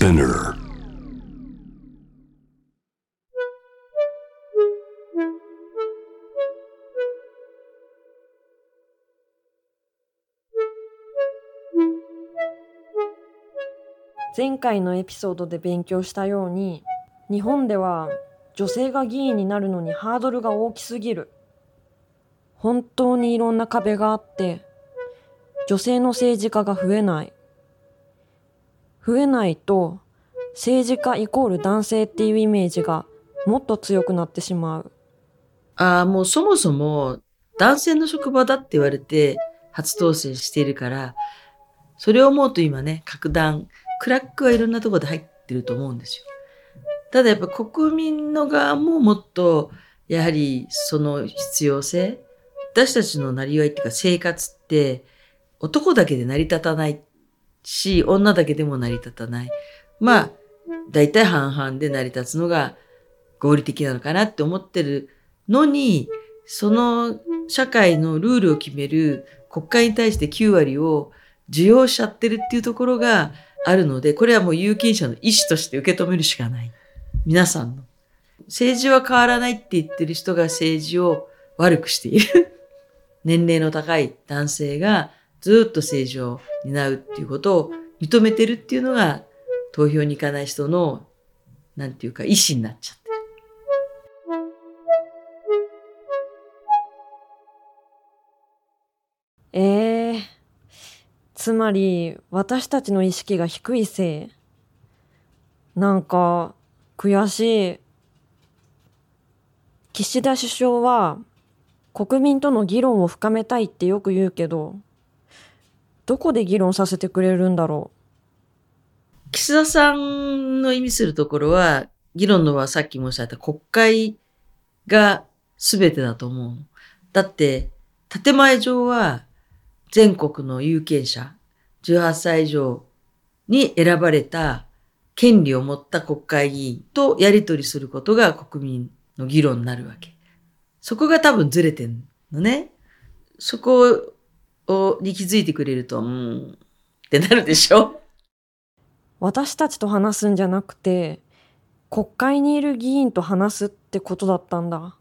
Spinner. 前回のエピソードで勉強したように、日本では女性が議員になるのにハードルが大きすぎる。本当にいろんな壁があって、女性の政治家が増えない。増えないと、政治家イコール男性っていうイメージがもっと強くなってしまう。 もうそもそも男性の職場だって言われて初当選しているから、それを思うと今ね、クラックはいろんなところで入ってると思うんですよ。ただやっぱ国民の側ももっとやはりその必要性、私たちのなりわいっていうか生活って男だけで成り立たないし、女だけでも成り立たない。まあ大体半々で成り立つのが合理的なのかなって思ってるのに、その社会のルールを決める国会に対して9割を受容しちゃってるっていうところがあるので、これはもう有権者の意思として受け止めるしかない。皆さんの。政治は変わらないって言ってる人が政治を悪くしている。年齢の高い男性がずっと政治を担うっていうことを認めてるっていうのが投票に行かない人のなんていうか意思になっちゃってる。 つまり私たちの意識が低いせい。なんか悔しい。岸田首相は国民との議論を深めたいってよく言うけど、どこで議論させてくれるんだろう。岸田さんの意味するところは、議論のはさっき申し上げた国会が全てだと思う。だって、建前上は全国の有権者、18歳以上に選ばれた権利を持った国会議員とやり取りすることが国民の議論になるわけ。そこが多分ずれてんのね。そこに気づいてくれると、ってなるでしょ？ 私たちと話すんじゃなくて、国会にいる議員と話すってことだったんだ。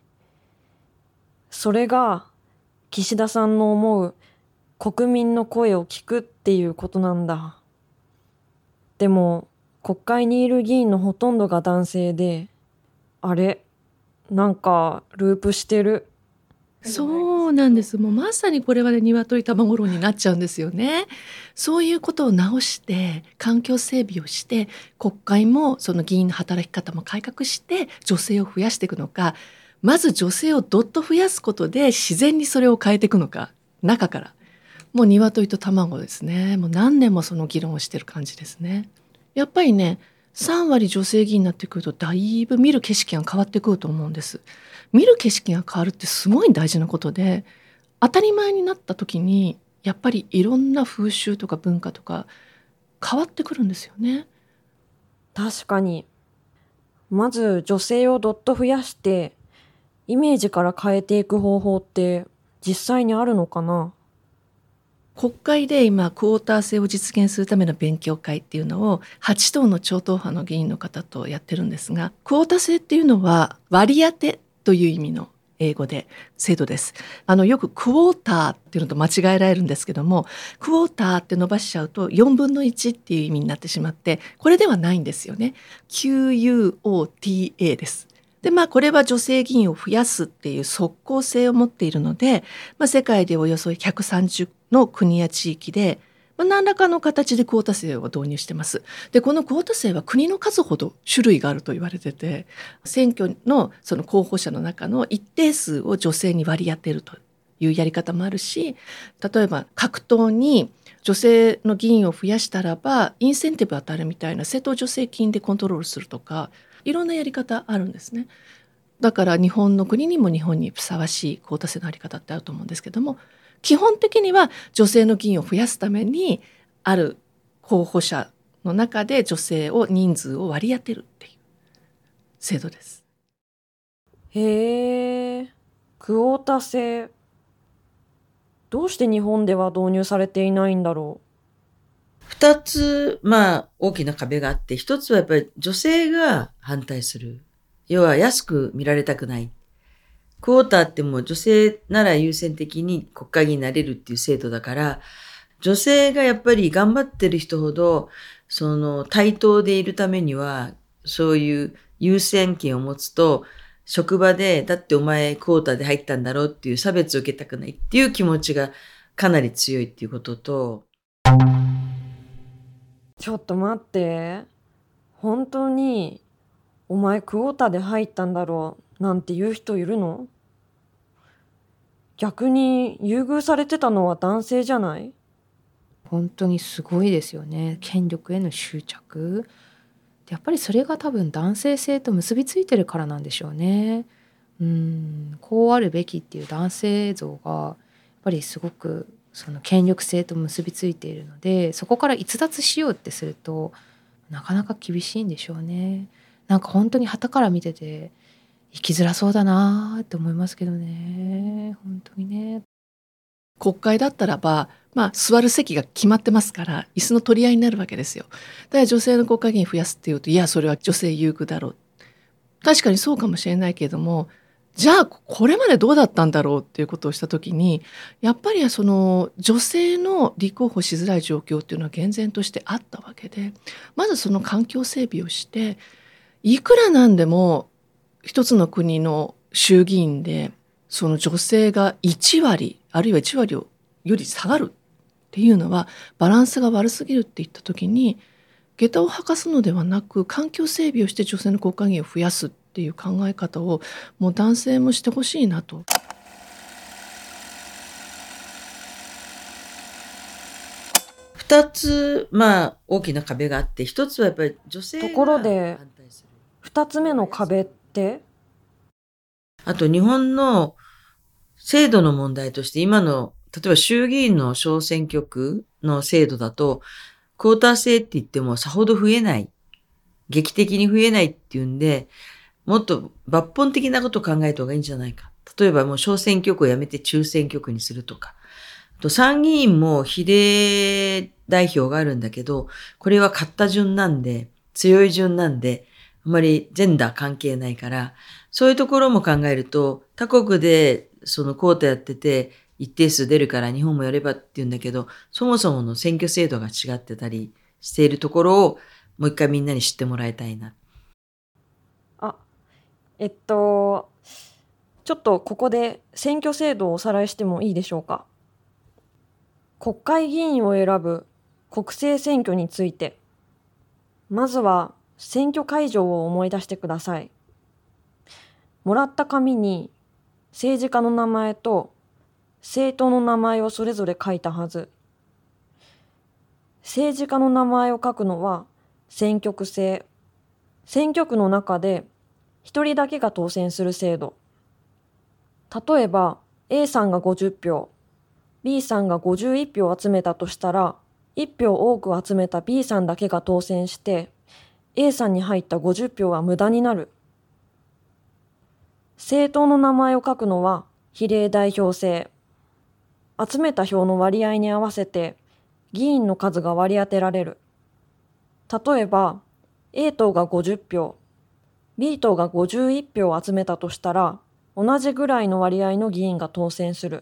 それが岸田さんの思う国民の声を聞くっていうことなんだ。でも国会にいる議員のほとんどが男性で、あれ、なんかループしてる。 そうなんです。もうまさにこれはね、鶏卵論になっちゃうんですよね。そういうことを直して、環境整備をして、国会もその議員の働き方も改革して、女性を増やしていくのか、まず女性をどっと増やすことで自然にそれを変えていくのか、中から。もう鶏と卵ですね。もう何年もその議論をしてる感じですね。やっぱりね、3割女性議員になってくるとだいぶ見る景色が変わってくると思うんです。見る景色が変わるってすごい大事なことで、当たり前になった時にやっぱりいろんな風習とか文化とか変わってくるんですよね。 確かに。まず女性をどっと増やしてイメージから変えていく方法って実際にあるのかな？ 国会で今クォーター制を実現するための勉強会っていうのを8党の超党派の議員の方とやってるんですが、クォーター制っていうのは割り当てという意味の英語で制度です。よくクォーターっていうのと間違えられるんですけども、クォーターって伸ばしちゃうと4分の1っていう意味になってしまって、これではないんですよね。QUOTA です。でこれは女性議員を増やすっていう即効性を持っているので、世界でおよそ130の国や地域で、何らかの形でクォータ制を導入してます。でこのクォータ制は国の数ほど種類があると言われてて、選挙のその候補者の中の一定数を女性に割り当てるというやり方もあるし、例えば各党に女性の議員を増やしたらばインセンティブ当たるみたいな政党助成金でコントロールするとか、いろんなやり方あるんですね。だから日本の国にも日本にふさわしいクォータ制のあり方ってあると思うんですけども、基本的には女性の議員を増やすためにある候補者の中で女性を人数を割り当てるっていう制度です。 へえ、クォータ制。どうして日本では導入されていないんだろ二つ、大きな壁があって、一つはやっぱり女性が反対する。要は安く見られたくない。クォーターってもう女性なら優先的に国会議員になれるっていう制度だから、女性がやっぱり頑張ってる人ほど、対等でいるためには、そういう優先権を持つと、職場で、だってお前クォーターで入ったんだろうっていう差別を受けたくないっていう気持ちがかなり強いっていうことと、 ちょっと待って。本当に、お前クォーターで入ったんだろうなんて言う人いるの？逆に優遇されてたのは男性じゃない？ 本当にすごいですよね。権力への執着。やっぱりそれが多分男性性と結びついてるからなんでしょうね。こうあるべきっていう男性像がやっぱりすごくその権力性と結びついているので、そこから逸脱しようってするとなかなか厳しいんでしょうね。なんか本当に傍から見てて生きづらそうだなって思いますけどね。本当にね。 国会だったらば、座る席が決まってますから椅子の取り合いになるわけですよ。だから女性の国会議員増やすっていうと、いやそれは女性優遇だろう。確かにそうかもしれないけれども、じゃあこれまでどうだったんだろうっていうことをした時に、やっぱりその女性の立候補しづらい状況っていうのは厳然としてあったわけで、まずその環境整備をして、いくらなんでも一つの国の衆議院でその女性が1割あるいは1割より下がるっていうのはバランスが悪すぎるって言った時に、下駄を履かすのではなく環境整備をして女性の国会議員を増やすっていう考え方をもう男性もしてほしいなと。 二つ、大きな壁があって、一つはやっぱり女性がところで反対する。 二つ目の壁って？ あと日本の制度の問題として今の、例えば衆議院の小選挙区の制度だと、クォーター制って言ってもさほど増えない。劇的に増えないっていうんで、もっと抜本的なことを考えた方がいいんじゃないか。例えばもう小選挙区をやめて中選挙区にするとか。あと参議院も比例代表があるんだけど、これは勝った順なんで、強い順なんで、あまりジェンダー関係ないから、そういうところも考えると、他国でそのクォーターやってて、一定数出るから日本もやればって言うんだけど、そもそもの選挙制度が違ってたりしているところをもう一回みんなに知ってもらいたいな。 あ、ちょっとここで選挙制度をおさらいしてもいいでしょうか。国会議員を選ぶ国政選挙について、まずは選挙会場を思い出してください。もらった紙に政治家の名前と政党の名前をそれぞれ書いたはず。政治家の名前を書くのは選挙区制。選挙区の中で一人だけが当選する制度。例えば A さんが50票、B さんが51票集めたとしたら、1票多く集めた B さんだけが当選して、A さんに入った50票は無駄になる。政党の名前を書くのは比例代表制。集めた票の割合に合わせて議員の数が割り当てられる。例えば A 党が50票、B 党が51票を集めたとしたら、同じぐらいの割合の議員が当選する。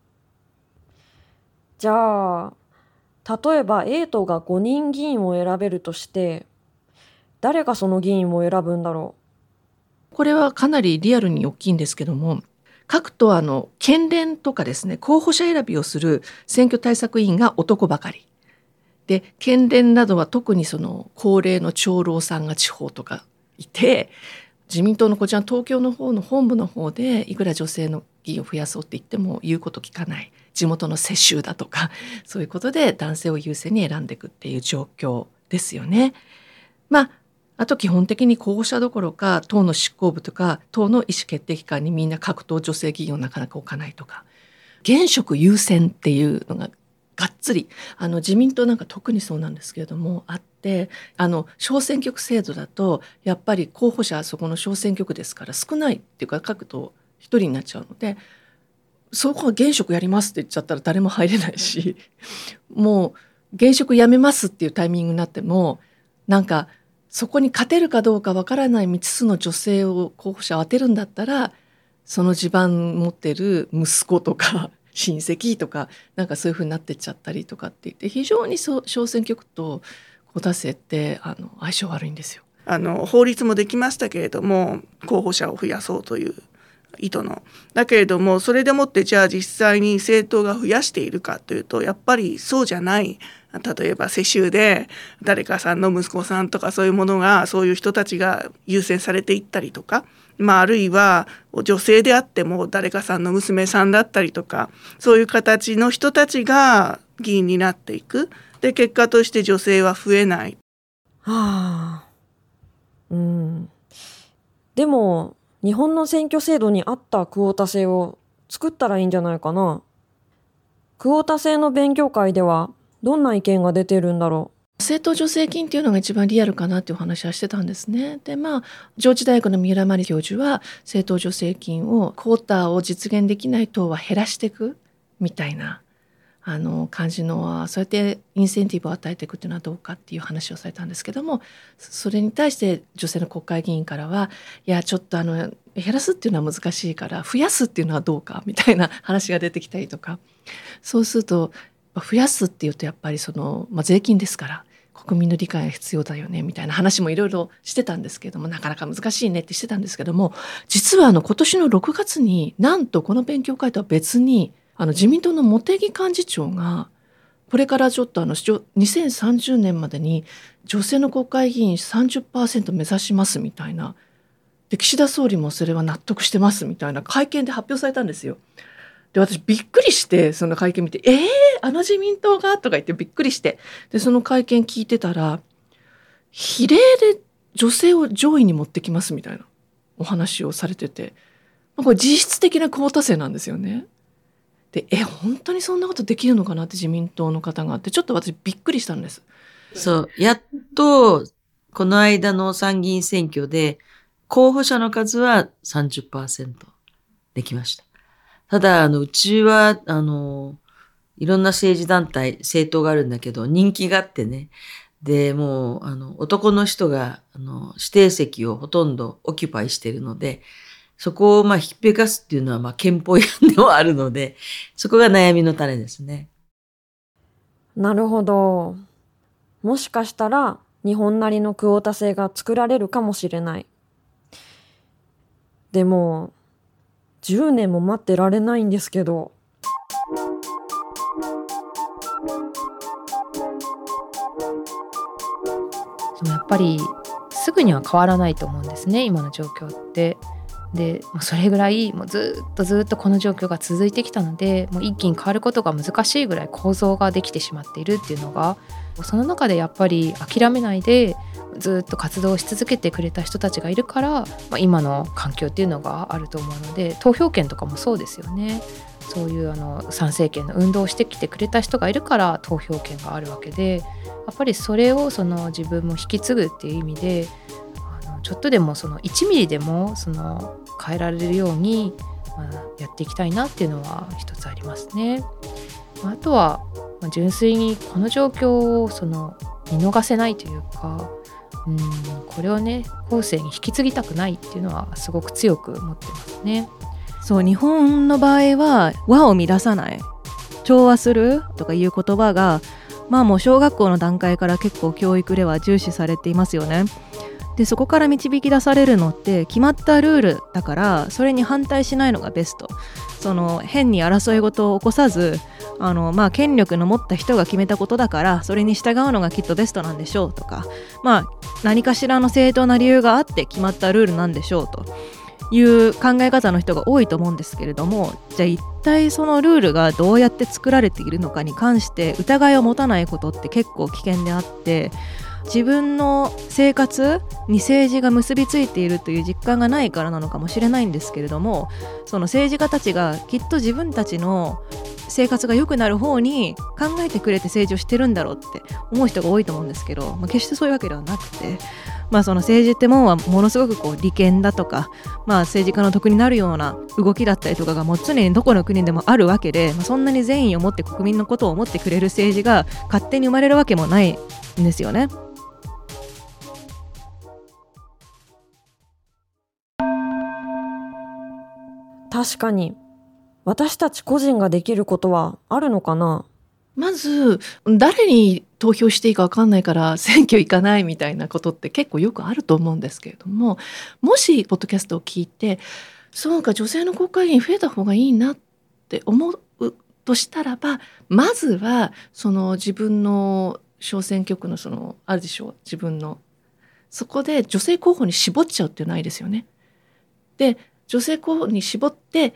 じゃあ、例えば A 党が5人議員を選べるとして、誰がその議員を選ぶんだろこれはかなりリアルに大きいんですけども、各党県連とかですね、候補者選びをする選挙対策委員が男ばかりで、県連などは特にその高齢の長老さんが地方とかいて、自民党のこちら東京の方の本部の方でいくら女性の議員を増やそうって言っても言うこと聞かない、地元の世襲だとかそういうことで男性を優先に選んでいくっていう状況ですよね。あと基本的に候補者どころか党の執行部とか党の意思決定機関にみんな各党女性議員をなかなか置かないとか、現職優先っていうのががっつり自民党なんか特にそうなんですけれどもあって、小選挙区制度だとやっぱり候補者そこの小選挙区ですから少ないっていうか、各党一人になっちゃうので、そこは現職やりますって言っちゃったら誰も入れないし、もう現職辞めますっていうタイミングになってもなんかそこに勝てるかどうかわからない未知数の女性を候補者を当てるんだったらその地盤持ってる息子とか親戚とかなんかそういう風になってっちゃったりとかって言って非常に小選挙区とクオータ制って相性悪いんですよ。 法律もできましたけれども候補者を増やそうという意図のだけれどもそれでもってじゃあ実際に政党が増やしているかというとやっぱりそうじゃない。例えば世襲で誰かさんの息子さんとかそういうものがそういう人たちが優先されていったりとか、あるいは女性であっても誰かさんの娘さんだったりとかそういう形の人たちが議員になっていく。で結果として女性は増えない。 でも日本の選挙制度に合ったクオータ制を作ったらいいんじゃないかな。クオータ制の勉強会ではどんな意見が出てるんだろう。 政党助成金っていうのが一番リアルかなっていうお話はしてたんですね。で上智大学の三浦真理教授は政党助成金をクオータを実現できない党は減らしていくみたいな感じのそうやってインセンティブを与えていくっていうのはどうかっていう話をされたんですけどもそれに対して女性の国会議員からはいやちょっと減らすっていうのは難しいから増やすっていうのはどうかみたいな話が出てきたりとかそうすると増やすっていうとやっぱり税金ですから国民の理解が必要だよねみたいな話もいろいろしてたんですけどもなかなか難しいねってしてたんですけども実は今年の6月になんとこの勉強会とは別に自民党の茂木幹事長がこれからちょっと2030年までに女性の国会議員 30% 目指しますみたいなで岸田総理もそれは納得してますみたいな会見で発表されたんですよ。で私びっくりしてその会見見て自民党がとか言ってびっくりしてでその会見聞いてたら比例で女性を上位に持ってきますみたいなお話をされててこれ実質的なクオータ制なんですよね。で本当にそんなことできるのかなって自民党の方があってちょっと私びっくりしたんです。 そうやっとこの間の参議院選挙で候補者の数は 30% できました。ただうちはいろんな政治団体政党があるんだけど人気があってねでもう男の人が指定席をほとんどオキュパイしているのでそこをひっぺかすっていうのは憲法違反でもあるのでそこが悩みの種ですね。 なるほど。もしかしたら日本なりのクオータ制が作られるかもしれない。でも10年も待ってられないんですけど。 やっぱりすぐには変わらないと思うんですね今の状況って。でそれぐらいもうずっとこの状況が続いてきたのでもう一気に変わることが難しいぐらい構造ができてしまっているっていうのがその中でやっぱり諦めないでずっと活動し続けてくれた人たちがいるから、今の環境っていうのがあると思うので投票権とかもそうですよね。そういう参政権の運動をしてきてくれた人がいるから投票権があるわけでやっぱりそれを自分も引き継ぐっていう意味でちょっとでも1ミリでも変えられるように、やっていきたいなっていうのは一つありますね。あとは、純粋にこの状況を見逃せないというか、これをね後世に引き継ぎたくないっていうのはすごく強く思ってますね。 そう日本の場合は和を乱さない調和するとかいう言葉がもう小学校の段階から結構教育では重視されていますよね。でそこから導き出されるのって決まったルールだからそれに反対しないのがベスト。変に争い事を起こさず権力の持った人が決めたことだからそれに従うのがきっとベストなんでしょうとか何かしらの正当な理由があって決まったルールなんでしょうという考え方の人が多いと思うんですけれどもじゃあ一体そのルールがどうやって作られているのかに関して疑いを持たないことって結構危険であって自分の生活に政治が結びついているという実感がないからなのかもしれないんですけれどもその政治家たちがきっと自分たちの生活が良くなる方に考えてくれて政治をしてるんだろうって思う人が多いと思うんですけど、決してそういうわけではなくて、その政治ってもんはものすごく利権だとか、政治家の得になるような動きだったりとかがもう常にどこの国でもあるわけで、そんなに善意を持って国民のことを思ってくれる政治が勝手に生まれるわけもないんですよね。 確かに私たち個人ができることはあるのかな。 まず誰に投票していいか分かんないから選挙行かないみたいなことって結構よくあると思うんですけれども、もしポッドキャストを聞いて、そうか女性の国会議員増えた方がいいなって思うとしたらば、まずはその自分の小選挙区のあるでしょう、自分のそこで女性候補に絞っちゃうってないですよね。で女性候補に絞って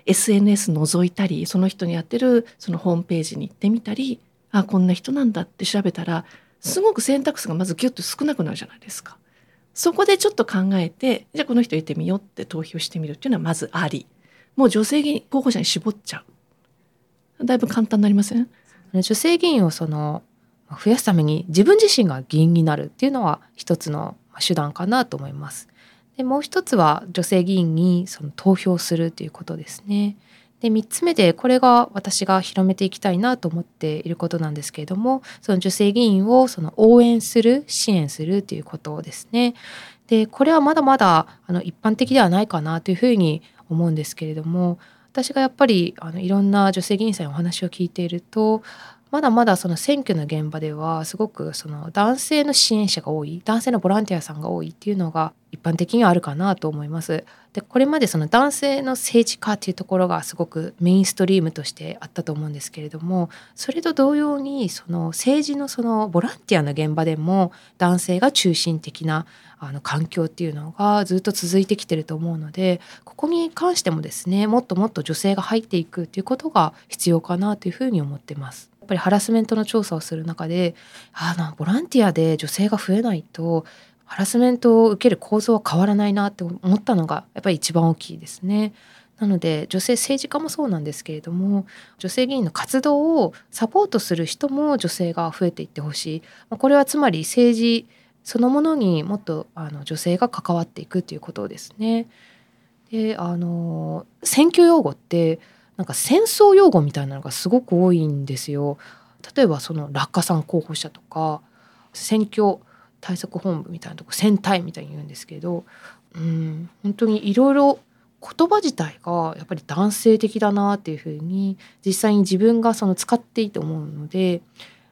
SNS 覗いたり、その人にやってるそのホームページに行ってみたり、こんな人なんだって調べたらすごく選択肢がまずギュッと少なくなるじゃないですか。そこでちょっと考えて、じゃあこの人入れてみようって投票してみるっていうのはまずあり。もう女性候補者に絞っちゃう。だいぶ簡単になりません？ 女性議員を増やすために自分自身が議員になるっていうのは一つの手段かなと思います。でもう一つは女性議員に投票するということですね。で3つ目で、これが私が広めていきたいなと思っていることなんですけれども、その女性議員を応援する、支援するということですね。でこれはまだまだ一般的ではないかなというふうに思うんですけれども、私がやっぱりいろんな女性議員さんにお話を聞いていると、まだまだ選挙の現場ではすごく男性の支援者が多い、男性のボランティアさんが多いっていうのが一般的にはあるかなと思います。でこれまで男性の政治家っていうところがすごくメインストリームとしてあったと思うんですけれども、それと同様に政治のボランティアの現場でも男性が中心的な環境っていうのがずっと続いてきてると思うので、ここに関してもですね、もっともっと女性が入っていくっていうことが必要かなというふうに思ってます。やっぱりハラスメントの調査をする中で、ボランティアで女性が増えないとハラスメントを受ける構造は変わらないなって思ったのがやっぱり一番大きいですね。なので女性政治家もそうなんですけれども、女性議員の活動をサポートする人も女性が増えていってほしい。これはつまり政治そのものにもっと女性が関わっていくということですね。で選挙用語って戦争用語みたいなのがすごく多いんですよ。例えば落下傘候補者とか選挙対策本部みたいなとこ、選対みたいに言うんですけど、本当にいろいろ言葉自体がやっぱり男性的だなっていうふうに実際に自分が使っていいと思うので、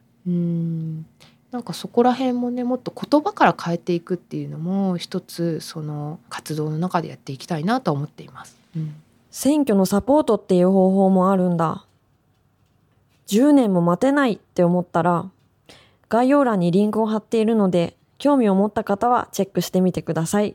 そこら辺もね、もっと言葉から変えていくっていうのも一つ活動の中でやっていきたいなと思っています。 選挙のサポートっていう方法もあるんだ。10年も待てないって思ったら概要欄にリンクを貼っているので、興味を持った方はチェックしてみてください。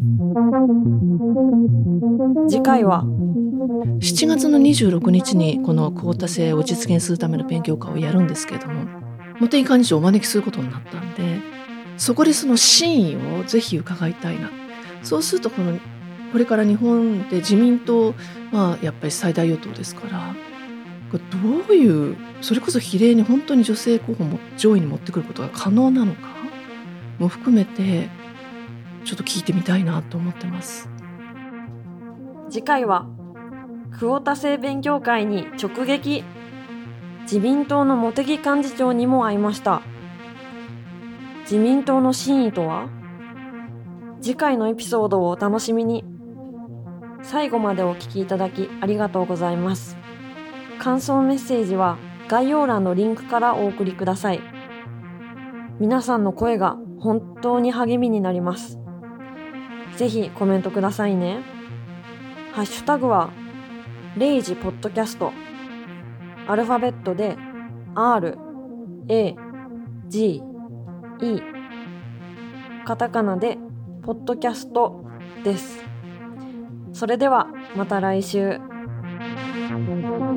次回は 7月の26日にこのクオータ制を実現するための勉強会をやるんですけれども、茂木幹事長をお招きすることになったんで、そこでその真意をぜひ伺いたいな。そうするとこれから日本で自民党はやっぱり最大与党ですから、どういう、それこそ比例に本当に女性候補も上位に持ってくることが可能なのかも含めてちょっと聞いてみたいなと思ってます。 次回はクオータ制勉強会に直撃。自民党の茂木幹事長にも会いました。自民党の真意とは？次回のエピソードをお楽しみに。最後までお聞きいただきありがとうございます。感想メッセージは概要欄のリンクからお送りください。皆さんの声が本当に励みになります。ぜひコメントくださいね。ハッシュタグはレイジポッドキャスト。アルファベットで R、A、G、E。カタカナでポッドキャストです。それではまた来週。